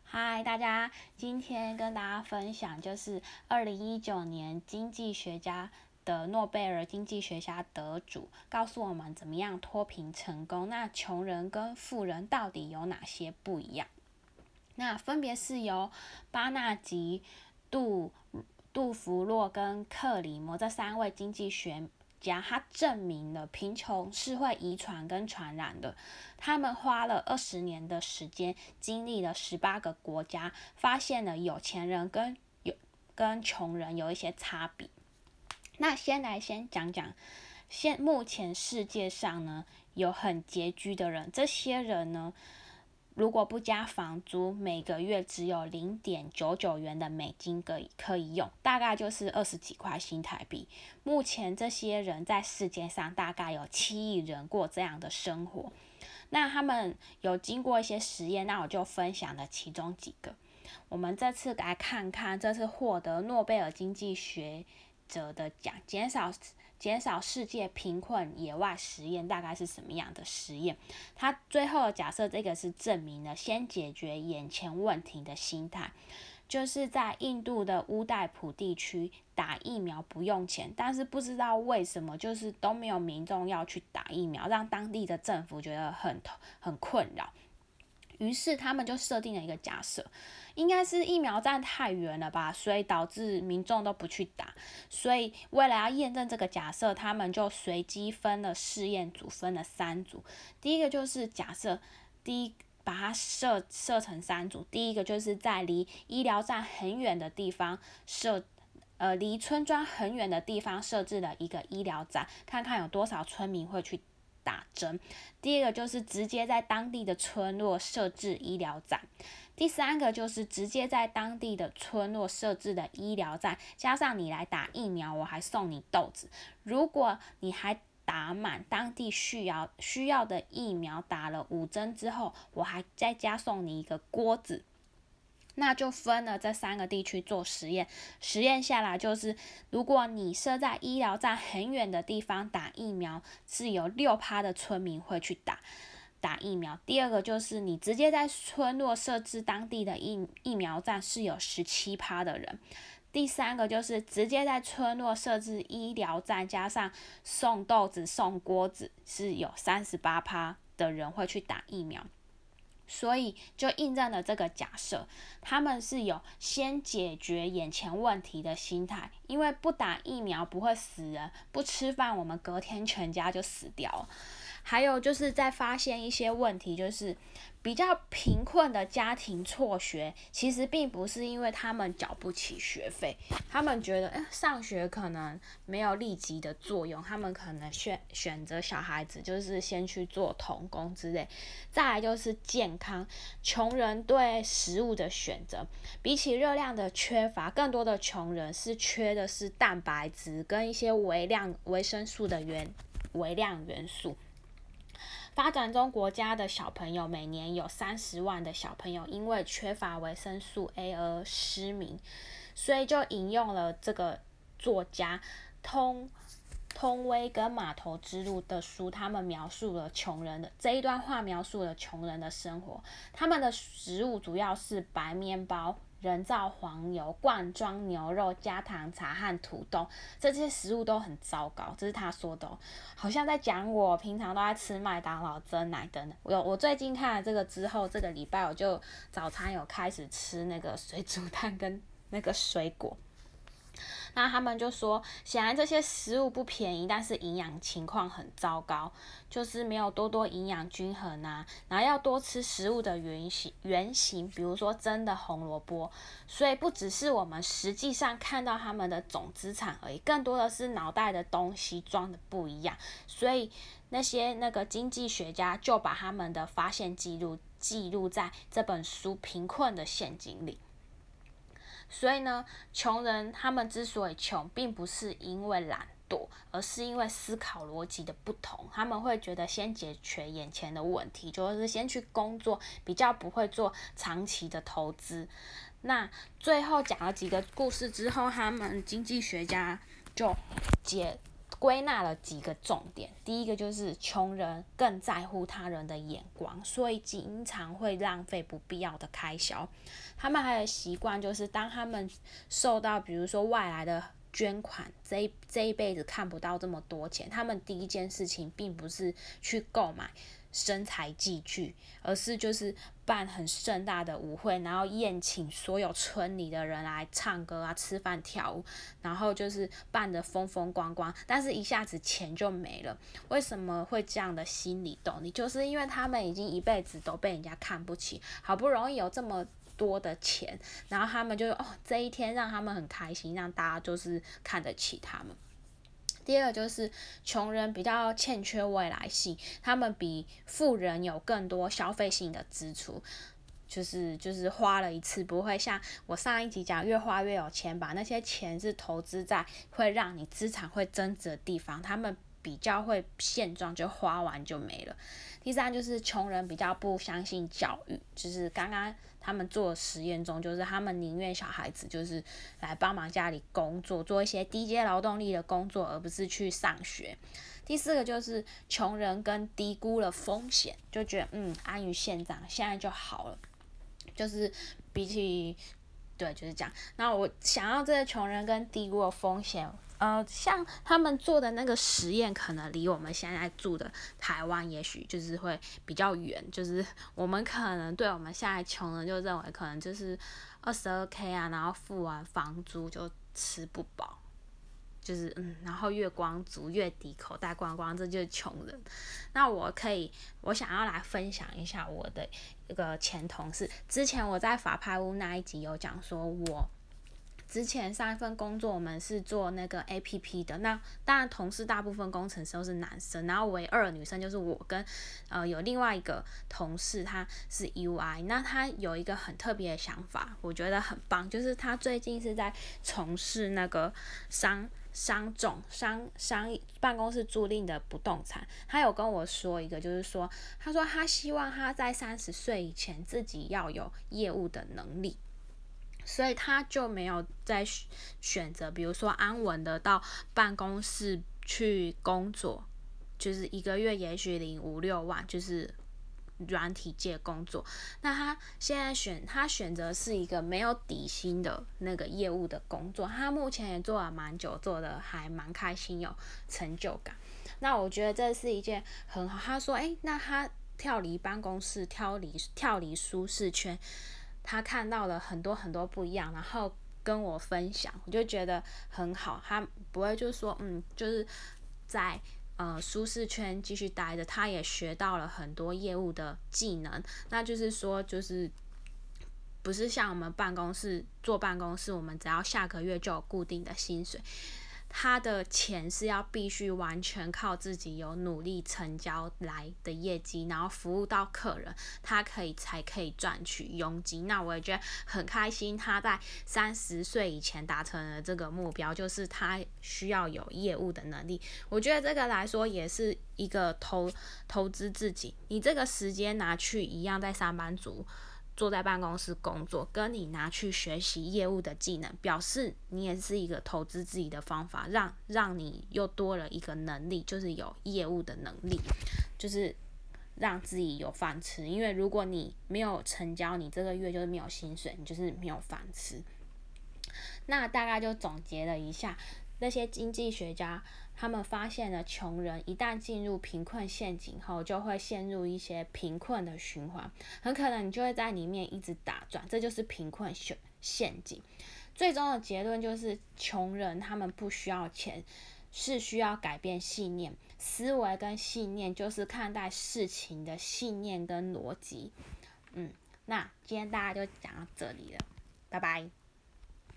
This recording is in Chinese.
嗨，大家，今天跟大家分享就是2019年经济学家的诺贝尔经济学家得主告诉我们怎么样脱贫成功。那穷人跟富人到底有哪些不一样？那分别是由巴纳吉、杜弗洛跟克里摩这3位经济学家，他证明了贫穷是会遗传跟传染的。他们花了20年的时间，经历了18个国家，发现了有钱人跟穷人有一些差别。那先讲讲，目前世界上呢有很拮据的人，这些人呢，如果不加房租，每个月只有0.99元的美金可以用，大概就是20几块新台币。目前这些人在世界上大概有7亿人过这样的生活。那他们有经过一些实验，那我就分享了其中几个。我们这次来看看这次获得诺贝尔经济学者的奖，减少世界贫困野外实验大概是什么样的实验？他最后的假设，这个是证明了先解决眼前问题的心态。就是在印度的乌代普地区打疫苗不用钱，但是不知道为什么就是都没有民众要去打疫苗，让当地的政府觉得很困扰。于是他们就设定了一个假设，应该是疫苗站太远了吧，所以导致民众都不去打。所以为了要验证这个假设，他们就随机分了试验组，分了3组。第一个就是假设把它设成3组，第一个就是在离医疗站很远的地方离村庄很远的地方设置了一个医疗站，看看有多少村民会去打针。第二个就是直接在当地的村落设置医疗站。第3个就是直接在当地的村落设置的医疗站，加上你来打疫苗，我还送你豆子。如果你还打满当地需要的疫苗，打了5针之后，我还再加送你一个锅子。那就分了这3个地区做实验，实验下来就是，如果你设在医疗站很远的地方打疫苗，是有6%的村民会去打疫苗。第二个就是你直接在村落设置当地的疫苗站，是有17%的人。第3个就是直接在村落设置医疗站，加上送豆子送锅子，是有38%的人会去打疫苗。所以就印证了这个假设，他们是有先解决眼前问题的心态。因为不打疫苗不会死人，不吃饭我们隔天全家就死掉了。还有就是在发现一些问题，就是比较贫困的家庭辍学，其实并不是因为他们缴不起学费，他们觉得上学可能没有立即的作用，他们可能选择小孩子就是先去做童工之类。再来就是健康，穷人对食物的选择，比起热量的缺乏，更多的穷人缺的是蛋白质跟一些维生素的微量元素。发展中国家的小朋友每年有30万的小朋友因为缺乏维生素 A 而失明，所以就引用了这个作家通威跟码头之路的书，他们描述了穷人的这一段话，描述了穷人的生活。他们的食物主要是白面包、人造黄油、罐装牛肉、加糖茶和土豆，这些食物都很糟糕，这是他说的好像在讲我平常都在吃麦当劳、珍奶等等。我最近看了这个之后，这个礼拜我就早餐有开始吃那个水煮蛋跟那个水果。那他们就说，显然这些食物不便宜，但是营养情况很糟糕，就是没有多营养均衡啊，然后要多吃食物的原型，比如说真的红萝卜。所以不只是我们实际上看到他们的总资产而已，更多的是脑袋的东西装的不一样。所以那个经济学家就把他们的发现记录在这本书《贫困的陷阱》里。所以呢，穷人他们之所以穷，并不是因为懒惰，而是因为思考逻辑的不同。他们会觉得先解决眼前的问题，就是先去工作，比较不会做长期的投资。那最后讲了几个故事之后，他们经济学家就归纳了几个重点。第一个就是穷人更在乎他人的眼光，所以经常会浪费不必要的开销。他们还有习惯，就是当他们受到比如说外来的捐款，这一辈子看不到这么多钱，他们第一件事情并不是去购买生财器具，而是就是办很盛大的舞会，然后宴请所有村里的人来唱歌啊、吃饭、跳舞，然后就是办得风风光光，但是一下子钱就没了。为什么会这样的心理动力？就是因为他们已经一辈子都被人家看不起，好不容易有这么多的钱，然后他们就这一天让他们很开心，让大家就是看得起他们。第二个就是穷人比较欠缺未来性，他们比富人有更多消费性的支出，就是花了一次，不会像我上一集讲越花越有钱，把那些钱是投资在会让你资产会增值的地方，他们比较会现状，就花完就没了。第三就是穷人比较不相信教育，就是刚刚他们做的实验中，就是他们宁愿小孩子就是来帮忙家里工作，做一些低阶劳动力的工作，而不是去上学。第四个就是穷人更低估了风险，就觉得安于现状，现在就好了，就是比起对就是这样。那我想要这个穷人跟低估的风险。像他们做的那个实验，可能离我们现在住的台湾，也许就是会比较远。就是我们可能对我们现在穷人就认为，可能就是22K 啊，然后付完房租就吃不饱，就是然后月光族、月底口袋光光，这就是穷人。那我想要来分享一下我的一个前同事。之前我在法拍屋那一集有讲说，我之前上一份工作我们是做那个 APP 的，那当然同事大部分工程师都是男生，然后唯二的女生就是我跟有另外一个同事，他是 UI， 那他有一个很特别的想法，我觉得很棒，就是他最近是在从事那个商办公室租赁的不动产。他有跟我说一个，就是说他说他希望他在30岁以前自己要有业务的能力，所以他就没有再选择比如说安稳的到办公室去工作，就是一个月也许领5-6万，就是软体界工作。那他现在选择是一个没有底薪的那个业务的工作，他目前也做了蛮久，做的还蛮开心，有成就感。那我觉得这是一件很好。他说那他跳离办公室，跳离舒适圈，他看到了很多很多不一样，然后跟我分享，我就觉得很好。他不会就是说就是在舒适圈继续待着，他也学到了很多业务的技能。那就是说就是不是像我们坐办公室，我们只要下个月就有固定的薪水。他的钱是要必须完全靠自己有努力成交来的业绩，然后服务到客人，他才可以赚取佣金。那我也觉得很开心，他在30岁以前达成了这个目标，就是他需要有业务的能力。我觉得这个来说也是一个投资自己，你这个时间拿去一样在上班族坐在办公室工作，跟你拿去学习业务的技能，表示你也是一个投资自己的方法，让你又多了一个能力，就是有业务的能力，就是让自己有饭吃。因为如果你没有成交，你这个月就是没有薪水，你就是没有饭吃。那大概就总结了一下，那些经济学家他们发现了穷人一旦进入贫困陷阱后，就会陷入一些贫困的循环，很可能你就会在里面一直打转，这就是贫困陷阱。最终的结论就是，穷人他们不需要钱，是需要改变信念、思维跟信念，就是看待事情的信念跟逻辑。那今天大家就讲到这里了，拜拜。